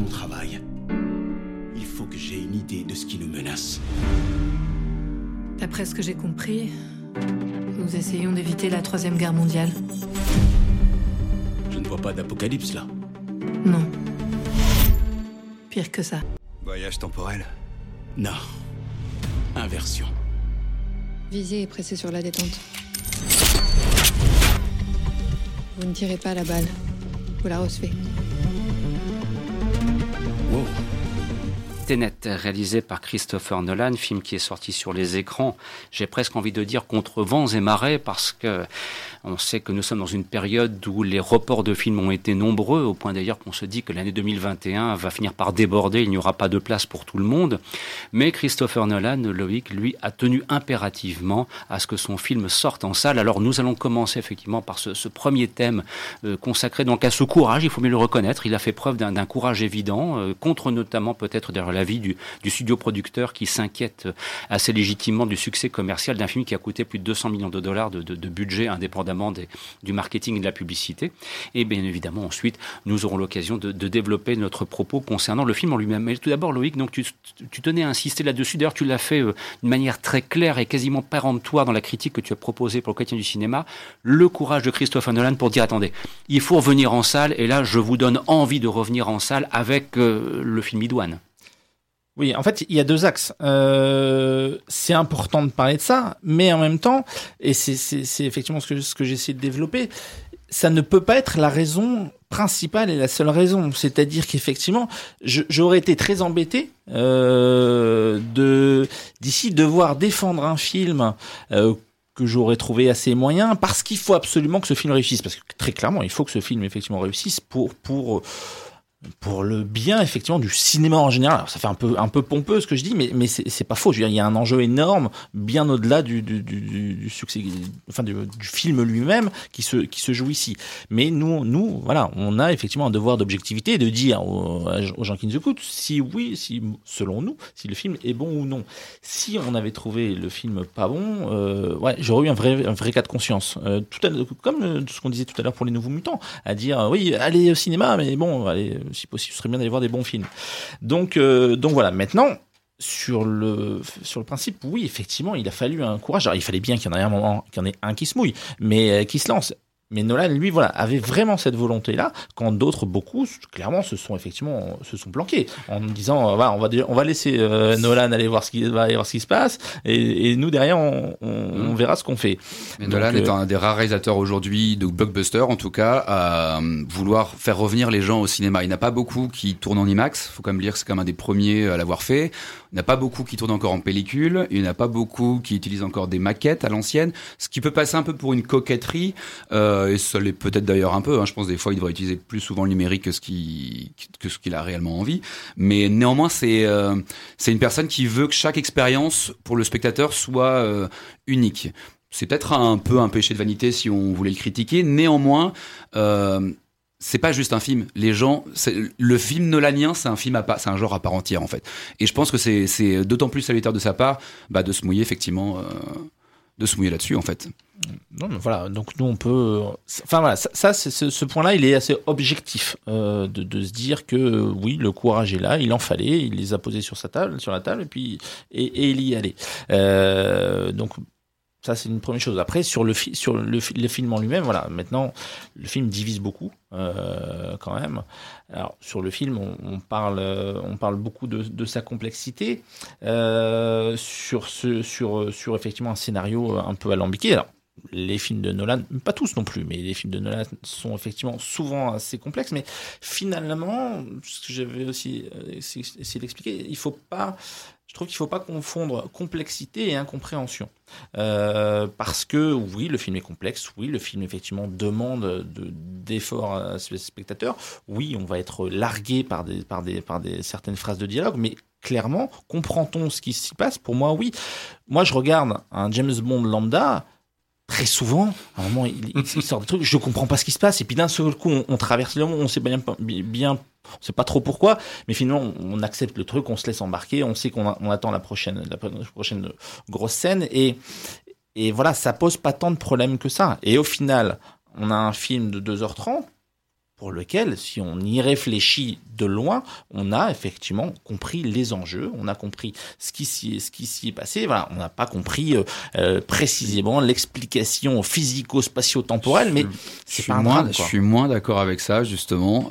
mon travail. Il faut que j'ai une idée de ce qui nous menace. D'après ce que j'ai compris, nous essayons d'éviter la Troisième Guerre mondiale. Je ne vois pas d'apocalypse, là. Non. Pire que ça. Voyage temporel. Non. Inversion. Visez et pressez sur la détente. Vous ne tirez pas la balle. Vous la recevez. Wow. Tenet, réalisé par Christopher Nolan, film qui est sorti sur les écrans, j'ai presque envie de dire contre vents et marées, parce que on sait que nous sommes dans une période où les reports de films ont été nombreux, au point d'ailleurs qu'on se dit que l'année 2021 va finir par déborder, il n'y aura pas de place pour tout le monde. Mais Christopher Nolan, Loïc, lui, a tenu impérativement à ce que son film sorte en salle. Alors nous allons commencer effectivement par ce premier thème consacré donc à ce courage, il faut mieux le reconnaître, il a fait preuve d'un courage évident, contre notamment peut-être d'ailleurs l'avis du studio producteur qui s'inquiète assez légitimement du succès commercial d'un film qui a coûté plus de 200 millions de dollars de budget indépendamment du marketing et de la publicité. Et bien évidemment, ensuite, nous aurons l'occasion de développer notre propos concernant le film en lui-même. Mais tout d'abord, Loïc, donc tu tenais à insister là-dessus. D'ailleurs, tu l'as fait d'une manière très claire et quasiment péremptoire dans la critique que tu as proposée pour le Quotidien du cinéma. Le courage de Christopher Nolan pour dire, attendez, il faut revenir en salle. Et là, je vous donne envie de revenir en salle avec le film Idoine. Oui, en fait, il y a deux axes. C'est important de parler de ça, mais en même temps, et c'est effectivement ce que j'essaie de développer, ça ne peut pas être la raison principale et la seule raison. C'est-à-dire qu'effectivement, j'aurais été très embêté d'ici devoir défendre un film que j'aurais trouvé assez moyen, parce qu'il faut absolument que ce film réussisse. Parce que très clairement, il faut que ce film effectivement réussisse pour le bien effectivement du cinéma en général. Alors, ça fait un peu pompeux ce que je dis, mais c'est pas faux. Je veux dire, il y a un enjeu énorme bien au-delà du succès, enfin du film lui-même qui se joue ici. Mais nous voilà, on a effectivement un devoir d'objectivité, de dire aux gens qui nous écoutent si selon nous, si le film est bon ou non. Si on avait trouvé le film pas bon, j'aurais eu un vrai cas de conscience. Comme ce qu'on disait tout à l'heure pour Les Nouveaux Mutants, à dire oui, allez au cinéma, mais bon, allez, si possible, ce serait bien d'aller voir des bons films. Donc voilà. Maintenant, sur le principe, oui, effectivement, il a fallu un courage. Alors, il fallait bien qu'il y en ait un moment, qu'il y en ait un qui se mouille, mais qui se lance. Mais Nolan, lui, voilà, avait vraiment cette volonté-là, quand d'autres, beaucoup, clairement, se sont planqués, en disant, on va laisser Nolan aller voir ce qui se passe, et nous, derrière, on verra ce qu'on fait. Mais Nolan est un des rares réalisateurs aujourd'hui, de blockbuster, en tout cas, à vouloir faire revenir les gens au cinéma. Il n'y en a pas beaucoup qui tournent en IMAX, faut quand même dire que c'est quand même un des premiers à l'avoir fait. Il n'y en a pas beaucoup qui tournent encore en pellicule, il n'y en a pas beaucoup qui utilisent encore des maquettes à l'ancienne, ce qui peut passer un peu pour une coquetterie, et ça l'est peut-être d'ailleurs un peu, je pense des fois il devrait utiliser plus souvent le numérique que ce qu'il a réellement envie, mais néanmoins c'est une personne qui veut que chaque expérience pour le spectateur soit unique. C'est peut-être un peu un péché de vanité si on voulait le critiquer, néanmoins c'est pas juste un film. Le film nolanien, c'est un genre à part entière en fait. Et je pense que c'est d'autant plus salutaire de sa part, de se mouiller effectivement, de se mouiller là-dessus en fait. Non, mais voilà. Donc nous on peut, enfin voilà, ça c'est ce point-là, il est assez objectif de se dire que oui, le courage est là, il en fallait, il les a posés sur la table et puis et il y allait. Donc ça, c'est une première chose. Après, sur le film en lui-même, voilà. Maintenant, le film divise beaucoup, quand même. Alors, sur le film, on parle beaucoup de sa complexité, sur effectivement un scénario un peu alambiqué. Alors, les films de Nolan, pas tous non plus, mais les films de Nolan sont effectivement souvent assez complexes. Mais finalement, ce que j'avais aussi essayé d'expliquer, je trouve qu'il ne faut pas confondre complexité et incompréhension. Parce que oui, le film est complexe, oui, le film effectivement demande d'efforts à ce spectateur, oui, on va être largué par certaines phrases de dialogue, mais clairement, comprend-on ce qui s'y passe? Pour moi, oui. Moi, je regarde un James Bond lambda, très souvent, à un moment, il sort des trucs, je comprends pas ce qui se passe, et puis d'un seul coup, on traverse le monde, on sait bien, on sait pas trop pourquoi, mais finalement, on accepte le truc, on se laisse embarquer, on sait qu'on attend la prochaine grosse scène, et voilà, ça pose pas tant de problèmes que ça. Et au final, on a un film de 2h30, pour lequel, si on y réfléchit de loin, on a effectivement compris les enjeux, on a compris ce qui s'y est passé. Voilà, on n'a pas compris précisément l'explication physico-spatio-temporelle, mais c'est pas un drame, Je quoi. suis moins d'accord avec ça, justement.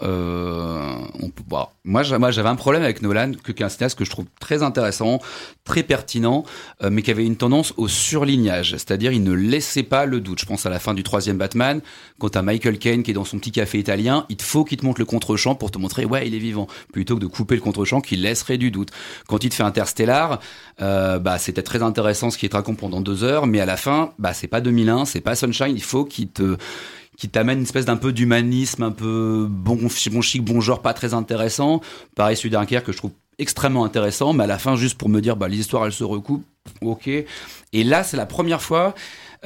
Moi, j'avais un problème avec Nolan, qu'un cinéaste que je trouve très intéressant, très pertinent, mais qui avait une tendance au surlignage. C'est-à-dire, il ne laissait pas le doute. Je pense à la fin du 3e Batman, quand t'as Michael Caine qui est dans son petit café italien, il faut qu'il te montre le contre-champ pour te montrer, ouais, il est vivant, plutôt que de couper le contre-champ qui laisserait du doute. Quand il te fait Interstellar, c'était très intéressant ce qui te raconte pendant 2 heures, mais à la fin, c'est pas 2001, c'est pas Sunshine, il faut qu'il t'amène une espèce d'un peu d'humanisme, un peu bon chic, bon genre, pas très intéressant. Pareil, celui Dunkerque que je trouve extrêmement intéressant, mais à la fin, juste pour me dire, les histoires, elles se recoupent, ok. Et là, c'est la première fois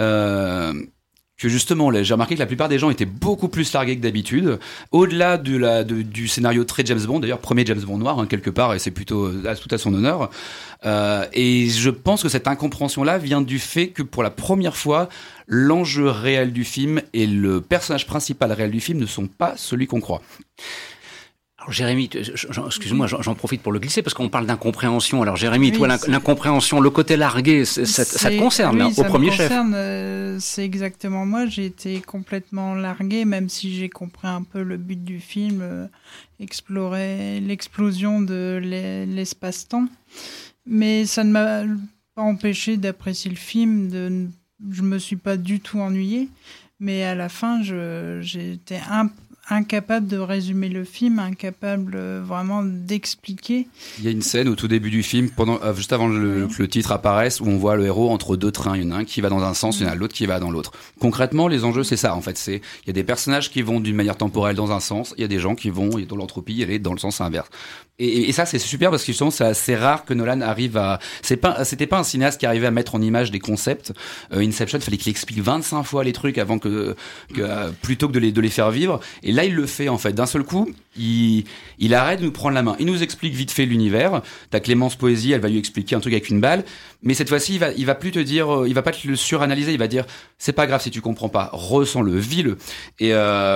que justement, j'ai remarqué que la plupart des gens étaient beaucoup plus largués que d'habitude, au-delà du scénario très James Bond, d'ailleurs premier James Bond noir, quelque part, et c'est plutôt tout à son honneur. Et je pense que cette incompréhension-là vient du fait que pour la première fois, l'enjeu réel du film et le personnage principal réel du film ne sont pas celui qu'on croit. Alors Jérémy, excuse-moi, j'en profite pour le glisser parce qu'on parle d'incompréhension. Alors Jérémy, toi, l'incompréhension, le côté largué, ça te concerne, au premier chef. C'est exactement moi. J'ai été complètement larguée, même si j'ai compris un peu le but du film, explorer l'explosion de l'espace-temps. Mais ça ne m'a pas empêché d'apprécier le film. Je me suis pas du tout ennuyée. Mais à la fin, j'étais incapable de résumer le film, incapable vraiment d'expliquer. Il y a une scène au tout début du film, juste avant que le titre apparaisse, où on voit le héros entre 2 trains. Il y en a un qui va dans un sens, il y en a l'autre qui va dans l'autre. Concrètement, les enjeux, c'est ça, en fait. Il y a des personnages qui vont d'une manière temporelle dans un sens, il y a des gens qui vont, dans l'entropie, elle est dans le sens inverse. Et ça, c'est super parce que justement, c'est assez rare que Nolan arrive à... C'était pas un cinéaste qui arrivait à mettre en image des concepts. Inception, il fallait qu'il explique 25 fois les trucs avant plutôt que de les faire vivre. Et là, il le fait, en fait. D'un seul coup, il arrête de nous prendre la main. Il nous explique vite fait l'univers. T'as Clémence Poésie, elle va lui expliquer un truc avec une balle. Mais cette fois-ci, il va plus te dire, il va pas te le suranalyser. Il va dire, c'est pas grave si tu comprends pas. Ressens-le, vis-le. Et,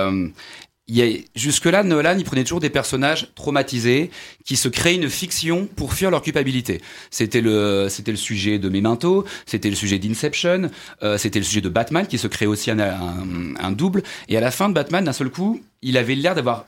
jusque-là, Nolan, il prenait toujours des personnages traumatisés qui se créaient une fiction pour fuir leur culpabilité. C'était le sujet de Memento, c'était le sujet d'Inception, c'était le sujet de Batman qui se crée aussi un double. Et à la fin de Batman, d'un seul coup, il avait l'air d'avoir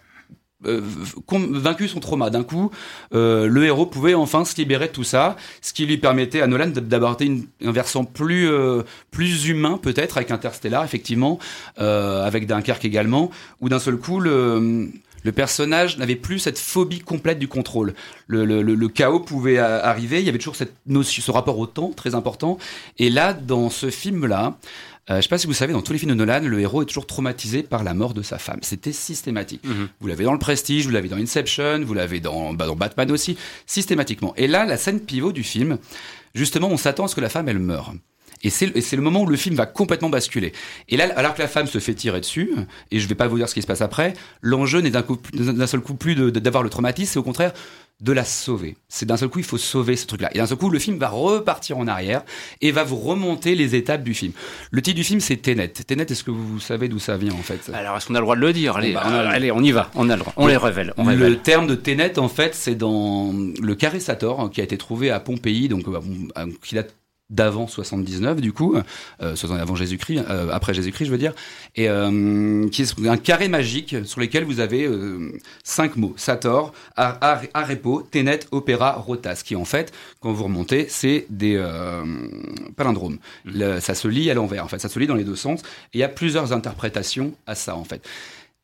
vaincu son trauma. D'un coup, le héros pouvait enfin se libérer de tout ça, ce qui lui permettait à Nolan d'aborder un versant plus humain peut-être avec Interstellar, effectivement, avec Dunkerque également, où d'un seul coup le personnage n'avait plus cette phobie complète du contrôle. Le chaos pouvait arriver, il y avait toujours ce rapport au temps très important. Et là, dans ce film-là, je sais pas si vous savez, dans tous les films de Nolan, le héros est toujours traumatisé par la mort de sa femme. C'était systématique. Mm-hmm. Vous l'avez dans Le Prestige, vous l'avez dans Inception, vous l'avez dans Batman aussi, systématiquement. Et là, la scène pivot du film, justement, on s'attend à ce que la femme, elle meure. Et c'est le moment où le film va complètement basculer. Et là, alors que la femme se fait tirer dessus, et je vais pas vous dire ce qui se passe après, l'enjeu n'est d'un seul coup plus d'avoir le traumatisme, c'est au contraire de la sauver. C'est d'un seul coup, il faut sauver ce truc-là. Et d'un seul coup, le film va repartir en arrière et va vous remonter les étapes du film. Le titre du film, c'est Tenet. Tenet, est-ce que vous savez d'où ça vient, en fait ? Alors, est-ce qu'on a le droit de le dire ? Allez, on y va. On a le droit. On les révèle. Le terme de Tenet, en fait, c'est dans le carré Sator, qui a été trouvé à Pompéi, donc qui date d'avant 79 du coup, avant Jésus-Christ, après Jésus-Christ je veux dire, et qui est un carré magique sur lequel vous avez 5 mots: Sator, Arepo, Tenet, Opéra, Rotas, qui en fait, quand vous remontez, c'est des palindromes. Ça se lit à l'envers, en fait, ça se lit dans les deux sens, et il y a plusieurs interprétations à ça, en fait.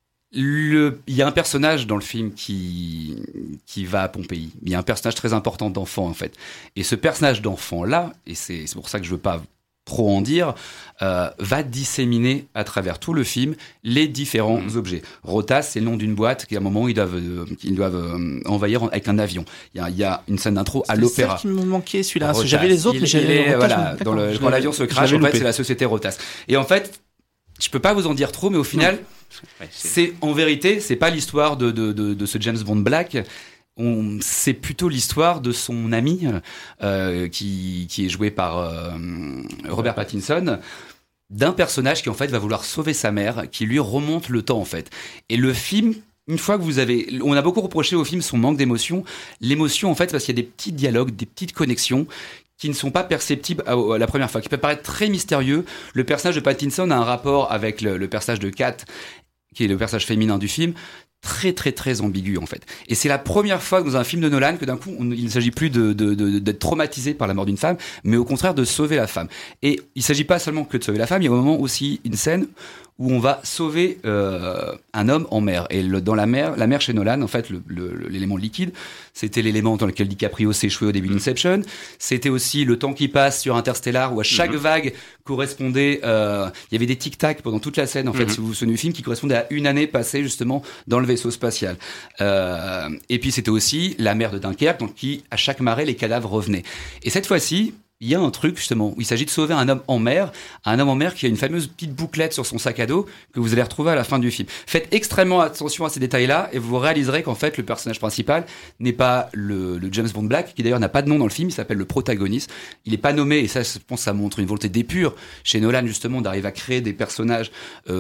Il y a un personnage dans le film qui va à Pompéi. Il y a un personnage très important d'enfant, en fait. Et ce personnage d'enfant-là, et c'est pour ça que je veux pas trop en dire, va disséminer à travers tout le film les différents objets. Rotas, c'est le nom d'une boîte qu'à un moment ils doivent envahir avec un avion. Il y a une scène d'intro à l'opéra. C'est ça qui me manquait, celui-là. Rotas, j'avais les autres, mais j'avais Rotas. Voilà, quand l'avion se crache, en fait, c'est la société Rotas. Et en fait, je peux pas vous en dire trop, mais au final, c'est en vérité, c'est pas l'histoire de ce James Bond Black. C'est plutôt l'histoire de son ami qui est joué par Robert Pattinson, d'un personnage qui en fait va vouloir sauver sa mère, qui lui remonte le temps en fait. Et le film, une fois que on a beaucoup reproché au film son manque d'émotion. L'émotion en fait, parce qu'il y a des petits dialogues, des petites connexions qui ne sont pas perceptibles à la première fois, qui peuvent paraître très mystérieux. Le personnage de Pattinson a un rapport avec le personnage de Kat, qui est le personnage féminin du film, très très très ambigu en fait. Et c'est la première fois dans un film de Nolan que d'un coup il ne s'agit plus d'être traumatisé par la mort d'une femme, mais au contraire de sauver la femme. Et il ne s'agit pas seulement que de sauver la femme, il y a au moment aussi une scène où on va sauver un homme en mer. Et dans la mer chez Nolan, en fait, l'élément liquide, c'était l'élément dans lequel DiCaprio s'est échoué au début d'Inception. C'était aussi le temps qui passe sur Interstellar, où à chaque vague correspondait... il y avait des tic-tac pendant toute la scène, en fait, si vous vous souvenez du film, qui correspondait à une année passée justement dans le vaisseau spatial. Et puis c'était aussi la mer de Dunkerque, donc qui, à chaque marée, les cadavres revenaient. Et cette fois-ci... il y a un truc, justement, où il s'agit de sauver un homme en mer qui a une fameuse petite bouclette sur son sac à dos que vous allez retrouver à la fin du film. Faites extrêmement attention à ces détails-là et vous réaliserez qu'en fait, le personnage principal n'est pas le James Bond Black, qui d'ailleurs n'a pas de nom dans le film, il s'appelle le protagoniste. Il n'est pas nommé, et ça, je pense que ça montre une volonté d'épure chez Nolan, justement, d'arriver à créer des personnages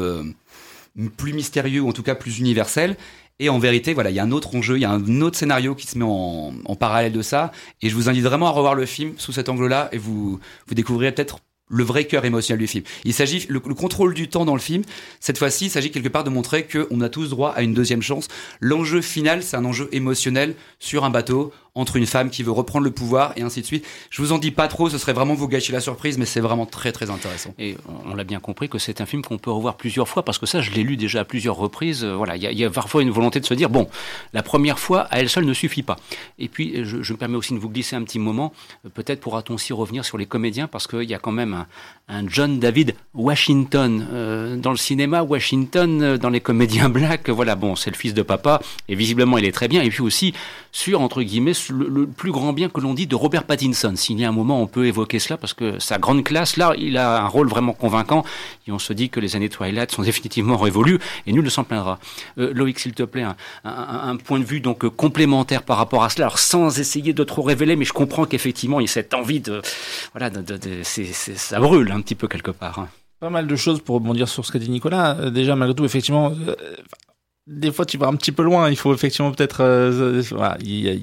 plus mystérieux, ou en tout cas plus universels. Et en vérité, voilà, il y a un autre enjeu, il y a un autre scénario qui se met en parallèle de ça. Et je vous invite vraiment à revoir le film sous cet angle-là et vous découvrirez peut-être le vrai cœur émotionnel du film. Il s'agit, le contrôle du temps dans le film, cette fois-ci, il s'agit quelque part de montrer qu'on a tous droit à une deuxième chance. L'enjeu final, c'est un enjeu émotionnel sur un bateau, entre une femme qui veut reprendre le pouvoir et ainsi de suite. Je vous en dis pas trop, ce serait vraiment vous gâcher la surprise, mais c'est vraiment très très intéressant. Et on l'a bien compris que c'est un film qu'on peut revoir plusieurs fois, parce que ça, je l'ai lu déjà à plusieurs reprises. Voilà, il y a parfois une volonté de se dire, bon, la première fois, à elle seule ne suffit pas. Et puis, je me permets aussi de vous glisser un petit moment, peut-être pourra-t-on aussi revenir sur les comédiens, parce qu'il y a quand même un John David Washington dans le cinéma, Washington dans les comédiens blacks. Voilà, bon, c'est le fils de papa, et visiblement, il est très bien. Et puis aussi, sur, entre guillemets, le plus grand bien que l'on dit de Robert Pattinson. S'il y a un moment, on peut évoquer cela, parce que sa grande classe, là, il a un rôle vraiment convaincant, et on se dit que les années Twilight sont définitivement révolues, et nul ne s'en plaindra. Loïc, s'il te plaît, un point de vue donc complémentaire par rapport à cela, alors sans essayer de trop révéler, mais je comprends qu'effectivement, il y a cette envie de voilà, ça brûle un petit peu quelque part. Hein. Pas mal de choses pour rebondir sur ce qu'a dit Nicolas. Déjà, malgré tout, effectivement, des fois, tu vas un petit peu loin. Il faut effectivement peut-être... voilà,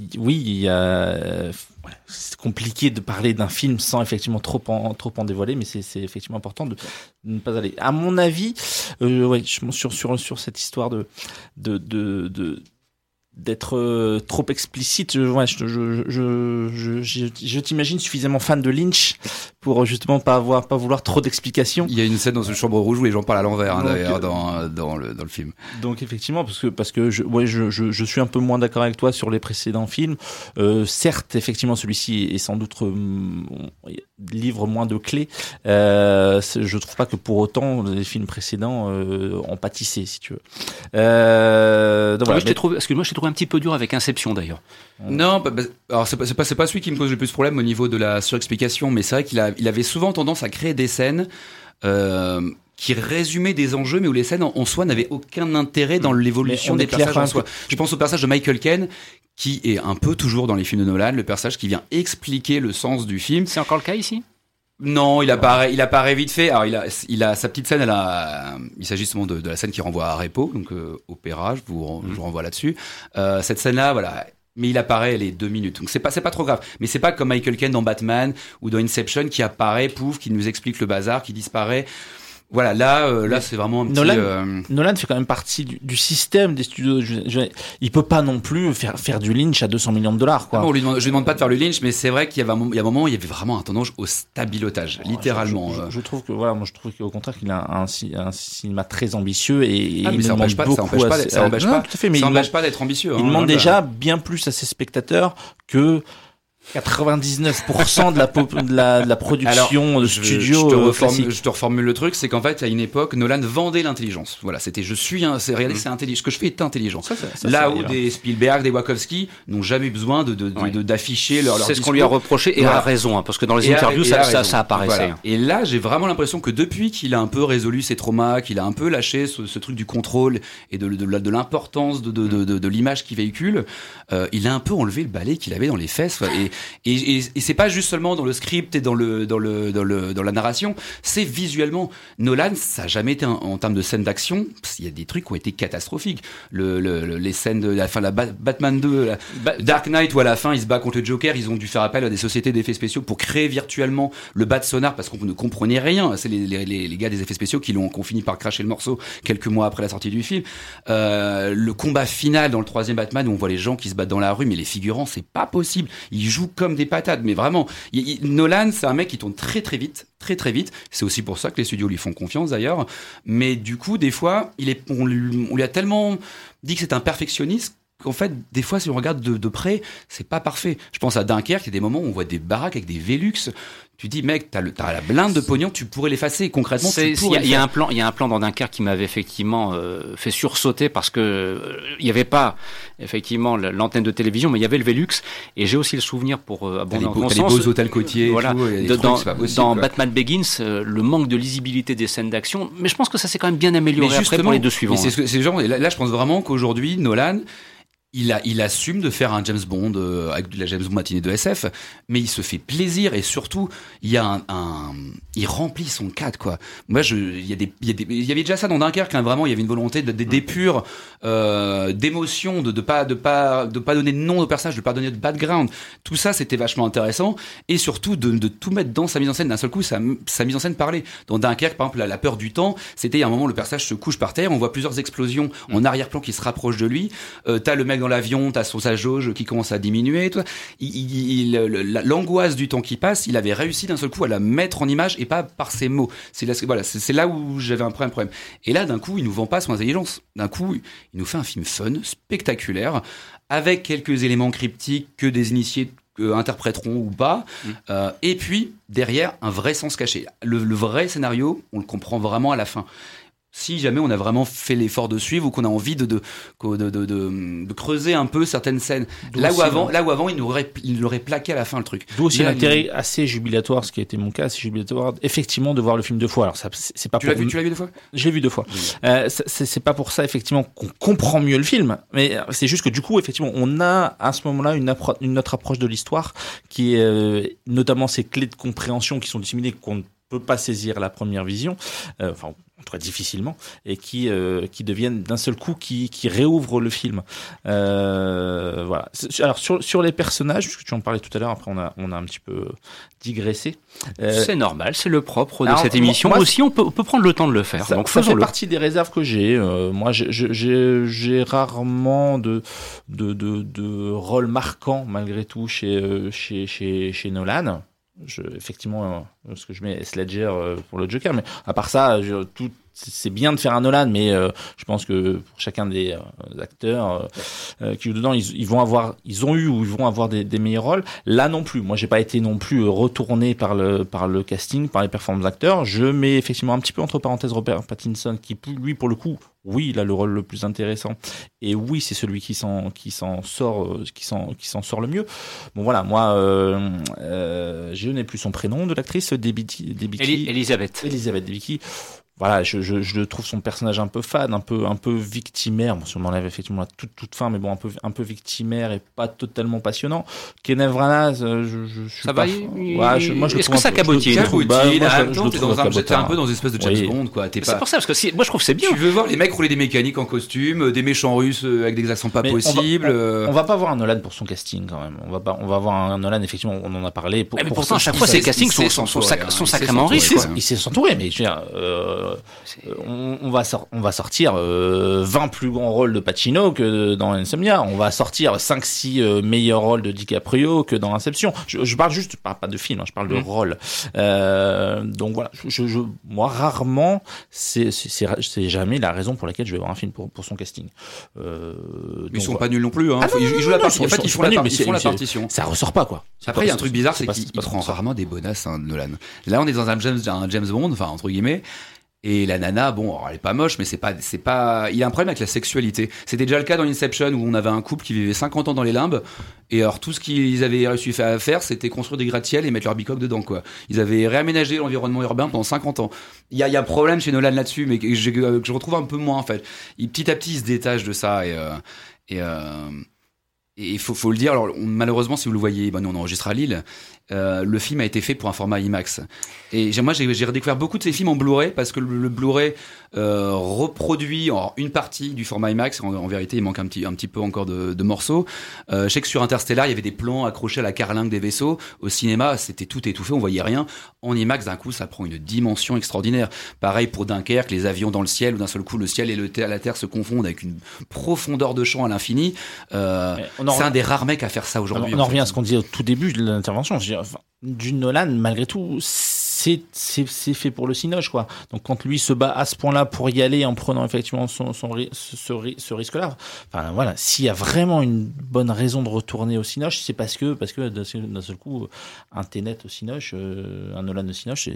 c'est compliqué de parler d'un film sans effectivement trop en dévoiler, mais c'est effectivement important de ne pas aller. À mon avis, sur cette histoire d'être trop explicite, je t'imagine suffisamment fan de Lynch pour justement pas vouloir trop d'explications. Il y a une scène dans une chambre rouge où les gens parlent à l'envers, d'ailleurs, dans le film. Donc effectivement, parce que je suis un peu moins d'accord avec toi sur les précédents films. Certes, effectivement, celui-ci est sans doute livre moins de clés. Je trouve pas que pour autant les films précédents en pâtissaient, si tu veux. Donc voilà. Excuse-moi, je t'ai trouvé un petit peu dur avec Inception d'ailleurs. Non, alors c'est pas celui qui me pose le plus de problème au niveau de la surexplication, mais c'est vrai qu'il avait souvent tendance à créer des scènes qui résumaient des enjeux, mais où les scènes en soi n'avaient aucun intérêt dans l'évolution des personnages en soi. Je pense au personnage de Michael Caine, qui est un peu toujours dans les films de Nolan, le personnage qui vient expliquer le sens du film. C'est encore le cas ici ? Non, il apparaît vite fait. Alors il a sa petite scène. Il s'agit justement de la scène qui renvoie à Repo, donc opéra. Je vous renvoie là-dessus. Cette scène-là, voilà. Mais il apparaît, elle est 2 minutes. Donc c'est pas trop grave. Mais c'est pas comme Michael Caine dans Batman ou dans Inception qui apparaît, pouf, qui nous explique le bazar, qui disparaît. Voilà, là, c'est vraiment un petit... Nolan fait quand même partie du système des studios. Il peut pas non plus faire du Lynch à 200 millions de dollars, quoi. Non, je lui demande pas de faire le Lynch, mais c'est vrai qu'il y a un moment, il y avait vraiment un tendance au stabilotage, littéralement. Je trouve que, voilà, moi, je trouve qu'au contraire, qu'il a un cinéma très ambitieux et mais ça n'empêche pas d'être ambitieux. Il demande déjà bien plus à ses spectateurs que 99% de la production de studio. Je te reformule le truc, c'est qu'en fait, à une époque, Nolan vendait l'intelligence. Voilà, c'était regardez, c'est intelligent. Ce que je fais est intelligent. Là où des Spielberg, des Wachowski n'ont jamais eu besoin d'afficher leur C'est ce qu'on lui a reproché, et a raison, hein, parce que dans les interviews, ça apparaissait. Voilà. Et là, j'ai vraiment l'impression que depuis qu'il a un peu résolu ses traumas, qu'il a un peu lâché ce truc du contrôle et de l'importance de l'image qu'il véhicule, il a un peu enlevé le balai qu'il avait dans les fesses. Et Et c'est pas juste seulement dans le script et dans la narration, c'est visuellement. Nolan, ça a jamais été en termes de scènes d'action, il y a des trucs qui ont été catastrophiques. Les scènes de la fin, Batman 2, Dark Knight, où à la fin il se bat contre le Joker, ils ont dû faire appel à des sociétés d'effets spéciaux pour créer virtuellement le bat de sonar parce qu'on ne comprenait rien. C'est les gars des effets spéciaux qui ont fini par cracher le morceau quelques mois après la sortie du film. Le combat final dans le 3e Batman où on voit les gens qui se battent dans la rue, mais les figurants, c'est pas possible. Ils jouent comme des patates, mais vraiment. Nolan, c'est un mec qui tourne très très vite. C'est aussi pour ça que les studios lui font confiance d'ailleurs. Mais du coup, des fois, on lui a tellement dit que c'est un perfectionniste qu'en fait, des fois, si on regarde de près, c'est pas parfait. Je pense à Dunkerque, il y a des moments où on voit des baraques avec des Velux. Tu dis, mec, t'as la blinde de pognon, tu pourrais l'effacer. Concrètement, il y a un plan dans Dunkerque qui m'avait effectivement fait sursauter parce que il y avait pas effectivement l'antenne de télévision, mais il y avait le Velux. Et j'ai aussi le souvenir pour abonder dans mon sens. Les beaux hôtels côtiers. Voilà. Tout, dans Batman Begins, le manque de lisibilité des scènes d'action. Mais je pense que ça s'est quand même bien amélioré après pour les deux suivants. Et là, je pense vraiment qu'aujourd'hui, Nolan, il assume de faire un James Bond avec de la James Bond matinée de SF, mais il se fait plaisir et surtout il y a il remplit son cadre quoi. Moi il y avait déjà ça dans Dunkerque hein, vraiment il y avait une volonté d'épure d'émotion de pas donner de nom au personnage, de pas donner de background. Tout ça c'était vachement intéressant et surtout de tout mettre dans sa mise en scène d'un seul coup sa mise en scène parlait. Dans Dunkerque par exemple la peur du temps, c'était il y a un moment où le personnage se couche par terre, on voit plusieurs explosions en arrière-plan qui se rapprochent de lui, t'as le mec dans l'avion, t'as sa jauge qui commence à diminuer. Tout ça. L'angoisse du temps qui passe, il avait réussi d'un seul coup à la mettre en image et pas par ses mots. C'est là où j'avais un problème. Et là, d'un coup, il nous vend pas son intelligence. D'un coup, il nous fait un film fun, spectaculaire, avec quelques éléments cryptiques que des initiés interpréteront ou pas. Et puis, derrière, un vrai sens caché. Le vrai scénario, on le comprend vraiment à la fin. Si jamais on a vraiment fait l'effort de suivre ou qu'on a envie de creuser un peu certaines scènes. Là où avant, il l'aurait plaqué à la fin le truc. D'où aussi l'intérêt assez jubilatoire, ce qui a été mon cas, assez jubilatoire, effectivement, de voir le film 2 fois. Alors ça, c'est pas tu l'as vu 2 fois? Je l'ai vu 2 fois. C'est pas pour ça, effectivement, qu'on comprend mieux le film, mais c'est juste que du coup, effectivement, on a à ce moment-là une autre approche de l'histoire qui est notamment ces clés de compréhension qui sont disséminées qu'on ne peut pas saisir à la première vision. Enfin, en tout cas difficilement, et qui deviennent d'un seul coup, qui réouvrent le film. Voilà. Alors sur les personnages, puisque tu en parlais tout à l'heure, après on a un petit peu digressé. C'est normal, c'est le propre de cette émission. Moi aussi, on peut prendre le temps de le faire. Donc ça fait partie des réserves que j'ai. Moi, j'ai rarement de rôle marquant malgré tout chez Nolan. Effectivement, ce que je mets Ledger pour le Joker, mais à part ça, c'est bien de faire un Nolan, mais je pense que pour chacun des acteurs qui jouent dedans, ils ont eu ou ils vont avoir des meilleurs rôles. Là non plus. Moi, j'ai pas été non plus retourné par le casting, par les performances d'acteurs. Je mets effectivement un petit peu entre parenthèses Robert Pattinson, qui lui pour le coup, oui, il a le rôle le plus intéressant, et oui, c'est celui qui s'en sort le mieux. Bon voilà, moi, je n'ai plus son prénom de l'actrice, Elisabeth Debicki. Voilà, je trouve son personnage un peu fade, un peu victimaire. Bon, si on enlève effectivement la toute fin, mais bon, un peu victimaire et pas totalement passionnant. Kenneth Branagh, je suis ça pas. Moi, je le trouve. Est-ce que ça cabotine? T'es un peu dans une espèce de James Bond, quoi. C'est pour ça, parce que moi, je trouve que c'est bien. Tu veux voir les mecs rouler des mécaniques en costume, des méchants russes avec des accents pas possibles. On va pas voir un Nolan pour son casting, quand même. On va voir un Nolan, effectivement, on en a parlé. Mais pourtant, à chaque fois, ces castings sont sacrément riches. Il sait s'entourer, mais je veux dire, on va sortir 20 plus grands rôles de Pacino que dans Insomnia. On va sortir 5-6 meilleurs rôles de DiCaprio que dans Inception. Je parle juste, pas de film, je parle de rôle. Donc voilà, moi rarement, c'est jamais la raison pour laquelle je vais voir un film pour son casting. Ils sont pas nuls non plus. Hein. Ils jouent la partition. En fait, ils font la partition. Ça ressort pas quoi. Après, il y a un truc bizarre, c'est qu'il prend rarement des bonasses, Nolan. Là, on est dans un James Bond, enfin entre guillemets. Et la nana, bon, alors elle est pas moche, mais c'est pas, il y a un problème avec la sexualité. C'était déjà le cas dans Inception où on avait un couple qui vivait 50 ans dans les limbes. Et alors, tout ce qu'ils avaient réussi à faire, c'était construire des gratte-ciel et mettre leur bicoque dedans, quoi. Ils avaient réaménagé l'environnement urbain pendant 50 ans. Il y a un problème chez Nolan là-dessus, mais que je retrouve un peu moins, en fait. Petit à petit, il se détache de ça et Et il faut le dire, alors malheureusement, si vous le voyez, nous on enregistre à Lille, le film a été fait pour un format IMAX. Et moi, j'ai redécouvert beaucoup de ces films en Blu-ray, parce que le Blu-ray reproduit une partie du format IMAX. En vérité, il manque un petit peu encore de morceaux. Je sais que sur Interstellar, il y avait des plans accrochés à la carlingue des vaisseaux. Au cinéma, c'était tout étouffé, on voyait rien. En IMAX, d'un coup, ça prend une dimension extraordinaire. Pareil pour Dunkerque, les avions dans le ciel, où d'un seul coup, le ciel et la terre se confondent avec une profondeur de champ à l'infini. C'est un des rares mecs à faire ça aujourd'hui. On en revient à ce qu'on disait au tout début de l'intervention. Je veux dire, du Nolan, malgré tout, c'est fait pour le cinoche, quoi. Donc quand lui se bat à ce point-là pour y aller en prenant effectivement ce risque-là, enfin voilà, s'il y a vraiment une bonne raison de retourner au cinoche, c'est parce que d'un seul coup, un Tenet au cinoche, un Nolan au cinoche,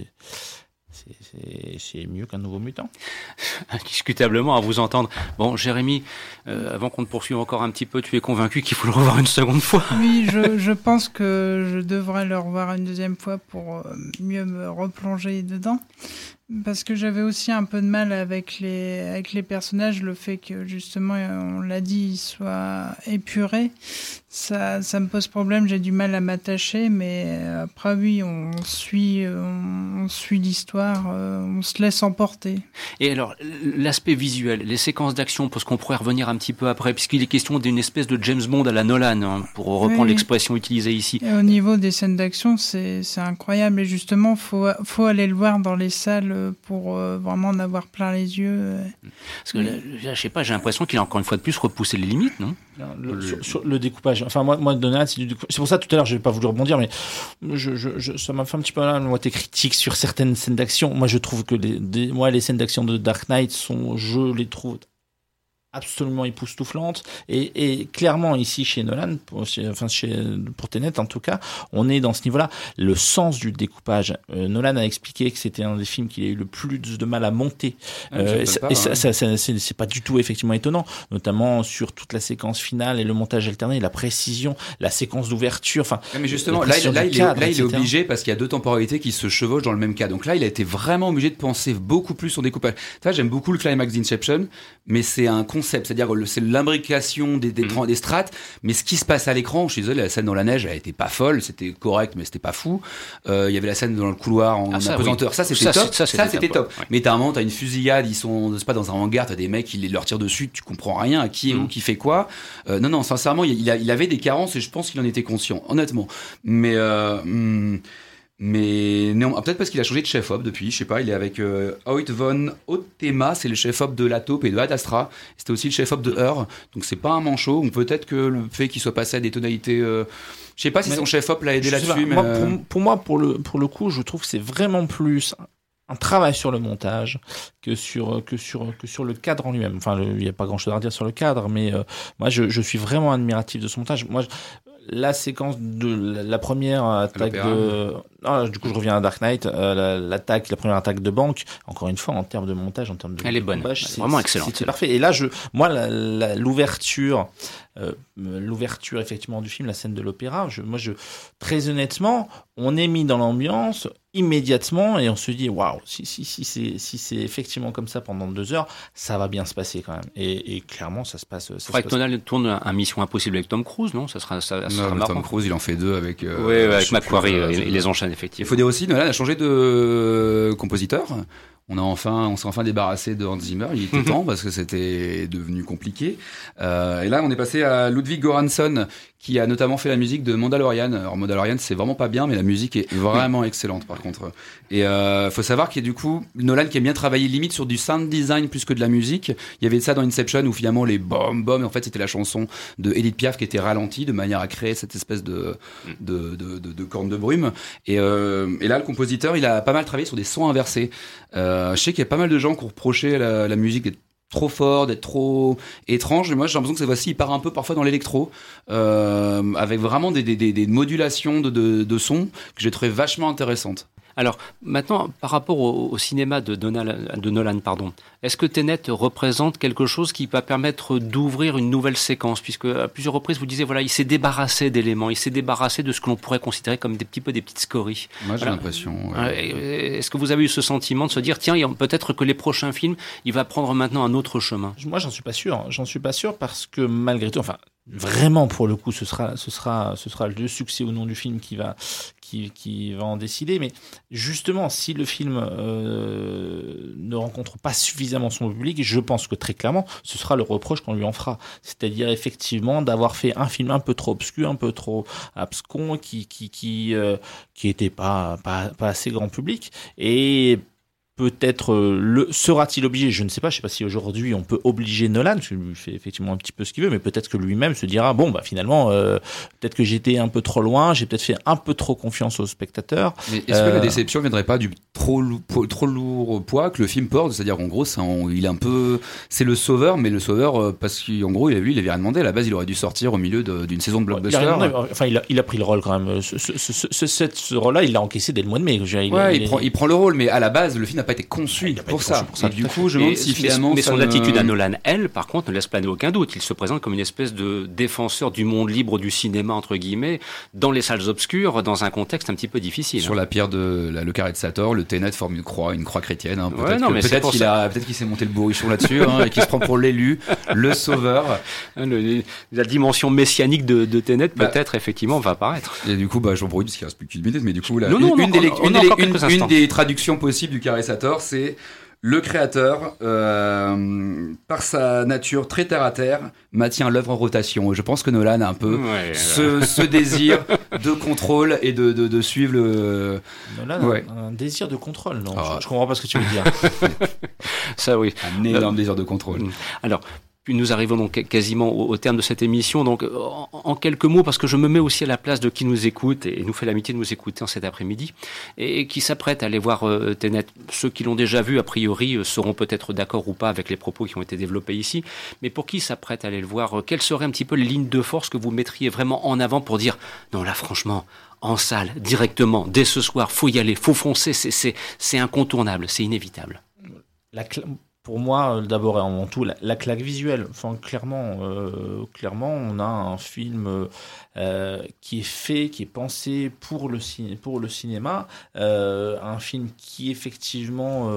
c'est mieux qu'un Nouveau Mutant. Indiscutablement, à vous entendre. Bon, Jérémy, avant qu'on te poursuive encore un petit peu, tu es convaincu qu'il faut le revoir une seconde fois? Oui, je pense que je devrais le revoir une deuxième fois pour mieux me replonger dedans. Parce que j'avais aussi un peu de mal avec les personnages, le fait que justement, on l'a dit, ils soient épurés, ça me pose problème, j'ai du mal à m'attacher, mais après oui, on suit l'histoire, on se laisse emporter. Et alors, l'aspect visuel, les séquences d'action, parce qu'on pourrait revenir un petit peu après, puisqu'il est question d'une espèce de James Bond à la Nolan, hein, pour reprendre l'expression utilisée ici. Et au niveau des scènes d'action, c'est incroyable, et justement, faut aller le voir dans les salles pour vraiment en avoir plein les yeux. Parce que là, je sais pas, j'ai l'impression qu'il a encore une fois de plus repoussé les limites, non? Sur le découpage. Enfin, moi Donald, c'est pour ça tout à l'heure, j'ai pas voulu rebondir, mais ça m'a fait un petit peu mal, moi, tes critiques sur certaines scènes d'action. Moi, je trouve que les scènes d'action de Dark Knight je les trouve absolument époustouflante, et clairement ici chez Nolan, pour Tenet en tout cas, on est dans ce niveau-là. Le sens du découpage, Nolan a expliqué que c'était un des films qu'il a eu le plus de mal à monter, c'est pas du tout effectivement étonnant, notamment sur toute la séquence finale et le montage alterné, la précision, la séquence d'ouverture, mais justement là il est obligé, parce qu'il y a deux temporalités qui se chevauchent dans le même cas, donc là il a été vraiment obligé de penser beaucoup plus au découpage. J'aime beaucoup le climax d'Inception, mais c'est un concept, c'est-à-dire c'est l'imbrication des strates, mais ce qui se passe à l'écran, je suis désolé, la scène dans la neige, elle était pas folle, c'était correct, mais c'était pas fou. Il y avait la scène dans le couloir en apesanteur, oui. Ça c'était top. Ouais. Mais t'as un moment, t'as une fusillade, ils sont, c'est pas dans un hangar, t'as des mecs, ils leur tirent dessus, tu comprends rien à qui est où, qui fait quoi. Non, sincèrement, il avait des carences, et je pense qu'il en était conscient, honnêtement. Mais non, peut-être parce qu'il a changé de chef-op depuis, je sais pas, il est avec Hoyt von Hoytema, c'est le chef-op de La Taupe et de Ad Astra, c'était aussi le chef-op de Heur, donc c'est pas un manchot, donc peut-être que le fait qu'il soit passé à des tonalités, je sais pas si son chef-op l'a aidé là-dessus, mais... Pour moi, pour le coup, je trouve que c'est vraiment plus un travail sur le montage que sur le cadre en lui-même. Enfin, il y a pas grand-chose à dire sur le cadre, mais moi, je suis vraiment admiratif de son montage. Moi, la séquence de la première attaque du coup je reviens à Dark Knight, la première attaque de banque, encore une fois en termes de montage, en termes de elle est bonne, c'est vraiment excellent, c'est parfait. Et là l'ouverture effectivement du film, la scène de l'opéra, très honnêtement, on est mis dans l'ambiance immédiatement et on se dit waouh, si c'est effectivement comme ça pendant 2 heures, ça va bien se passer quand même, et clairement ça se passe. Faudrait que Nolan tourne un Mission Impossible avec Tom Cruise, non? Ça sera marrant. Tom Cruise, il en fait 2 avec avec Macquarie, il les enchaîne effectivement. Il faut dire aussi, Nolan a changé de compositeur. On s'est enfin débarrassé de Hans Zimmer, il était temps parce que c'était devenu compliqué. Et là, on est passé à Ludwig Göransson, qui a notamment fait la musique de Mandalorian. Alors Mandalorian, c'est vraiment pas bien, mais la musique est vraiment excellente par contre. Et faut savoir qu'il y a du coup Nolan qui aime bien travailler limite sur du sound design plus que de la musique. Il y avait ça dans Inception où finalement les bom en fait c'était la chanson de Edith Piaf qui était ralentie de manière à créer cette espèce de corne de brume. Et là le compositeur il a pas mal travaillé sur des sons inversés. Je sais qu'il y a pas mal de gens qui ont reproché la musique d'être trop fort, d'être trop étrange. Mais moi, j'ai l'impression que cette fois-ci, il part un peu parfois dans l'électro, avec vraiment des modulations de sons que j'ai trouvé vachement intéressantes. Alors, maintenant, par rapport au cinéma de Nolan, est-ce que Tenet représente quelque chose qui va permettre d'ouvrir une nouvelle séquence? Puisque, à plusieurs reprises, vous disiez, voilà, il s'est débarrassé d'éléments, il s'est débarrassé de ce que l'on pourrait considérer comme des petites scories. Moi, j'ai l'impression. Ouais. Est-ce que vous avez eu ce sentiment de se dire, tiens, peut-être que les prochains films, il va prendre maintenant un autre chemin? Moi, j'en suis pas sûr parce que malgré tout, enfin, vraiment pour le coup ce sera le succès ou non du film qui va en décider. Mais justement, si le film ne rencontre pas suffisamment son public, je pense que très clairement ce sera le reproche qu'on lui en fera, c'est-à-dire effectivement d'avoir fait un film un peu trop obscur, un peu trop abscon, qui était pas assez grand public. Et peut-être sera-t-il obligé, je ne sais pas si aujourd'hui on peut obliger Nolan, parce qu'il fait effectivement un petit peu ce qu'il veut, mais peut-être que lui-même se dira finalement peut-être que j'étais un peu trop loin, j'ai peut-être fait un peu trop confiance aux spectateurs. Mais est-ce que la déception viendrait pas du trop lourd poids que le film porte, c'est-à-dire en gros il est un peu, c'est le sauveur, mais le sauveur parce qu'en gros il avait rien demandé, à la base il aurait dû sortir au milieu d'une saison de blockbuster. Il a pris le rôle quand même, ce rôle-là il l'a encaissé dès le mois de mai. Il prend le rôle, mais à la base le film n'a pas été conçu pour ça. Et du coup, je me demande si finalement. Mais son attitude à Nolan, elle, par contre, ne laisse planer aucun doute. Il se présente comme une espèce de défenseur du monde libre du cinéma, entre guillemets, dans les salles obscures, dans un contexte un petit peu difficile. Sur la pierre le carré de Sator, le Tenet forme une croix chrétienne. Hein. Peut-être qu'il s'est monté le bourrichon là-dessus, et qu'il se prend pour l'élu, le sauveur. La dimension messianique de Tenet, peut-être, effectivement, va apparaître. Et du coup, j'en profite parce qu'il reste plus qu'une minute, mais du coup, une des traductions possibles du carré Sator, c'est le créateur, par sa nature très terre à terre, maintient l'œuvre en rotation. Et je pense que Nolan a un peu ce désir de contrôle et de suivre le. Nolan a un désir de contrôle, non? Je comprends pas ce que tu veux dire. Ça, oui. Un énorme désir de contrôle. Alors. Puis nous arrivons donc quasiment au terme de cette émission. Donc, en quelques mots, parce que je me mets aussi à la place de qui nous écoute et nous fait l'amitié de nous écouter en cet après-midi et qui s'apprête à aller voir Tenet. Ceux qui l'ont déjà vu, a priori, seront peut-être d'accord ou pas avec les propos qui ont été développés ici. Mais pour qui s'apprête à aller le voir, quelles seraient un petit peu les lignes de force que vous mettriez vraiment en avant pour dire non, là, franchement, en salle, directement, dès ce soir, faut y aller, faut foncer, c'est incontournable, c'est inévitable. Pour moi, d'abord et avant tout, la claque visuelle. Enfin, clairement, on a un film qui est fait, qui est pensé pour le cinéma, un film qui effectivement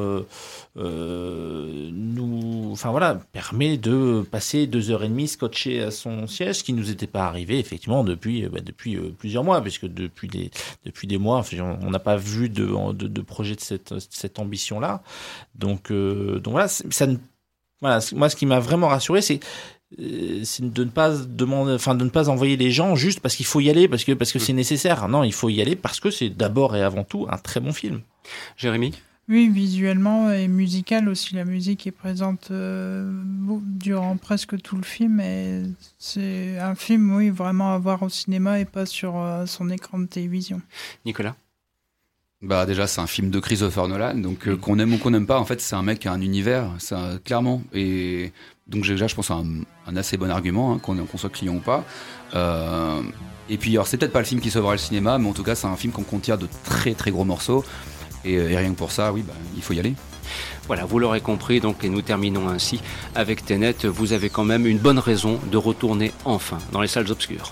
permet de passer 2h30 scotché à son siège, ce qui nous était pas arrivé effectivement depuis plusieurs mois, puisque depuis des mois, on n'a pas vu de projet de cette ambition-là. Donc voilà. Moi, ce qui m'a vraiment rassuré, c'est de ne pas de ne pas envoyer les gens juste parce qu'il faut y aller, parce que c'est nécessaire. Non, il faut y aller parce que c'est d'abord et avant tout un très bon film. Jérémy ? Oui, visuellement et musical aussi. La musique est présente durant presque tout le film. Et c'est un film, oui, vraiment à voir au cinéma et pas sur son écran de télévision. Nicolas ? Déjà, c'est un film de Christopher Nolan, donc qu'on aime ou qu'on n'aime pas, en fait, c'est un mec qui a un univers, clairement. Et donc déjà, je pense à un assez bon argument, hein, qu'on soit client ou pas. Et puis, alors, c'est peut-être pas le film qui sauvera le cinéma, mais en tout cas, c'est un film qu'on contient de très très gros morceaux. Et rien que pour ça, oui, il faut y aller. Voilà, vous l'aurez compris, donc, et nous terminons ainsi avec Tenet. Vous avez quand même une bonne raison de retourner enfin dans les salles obscures.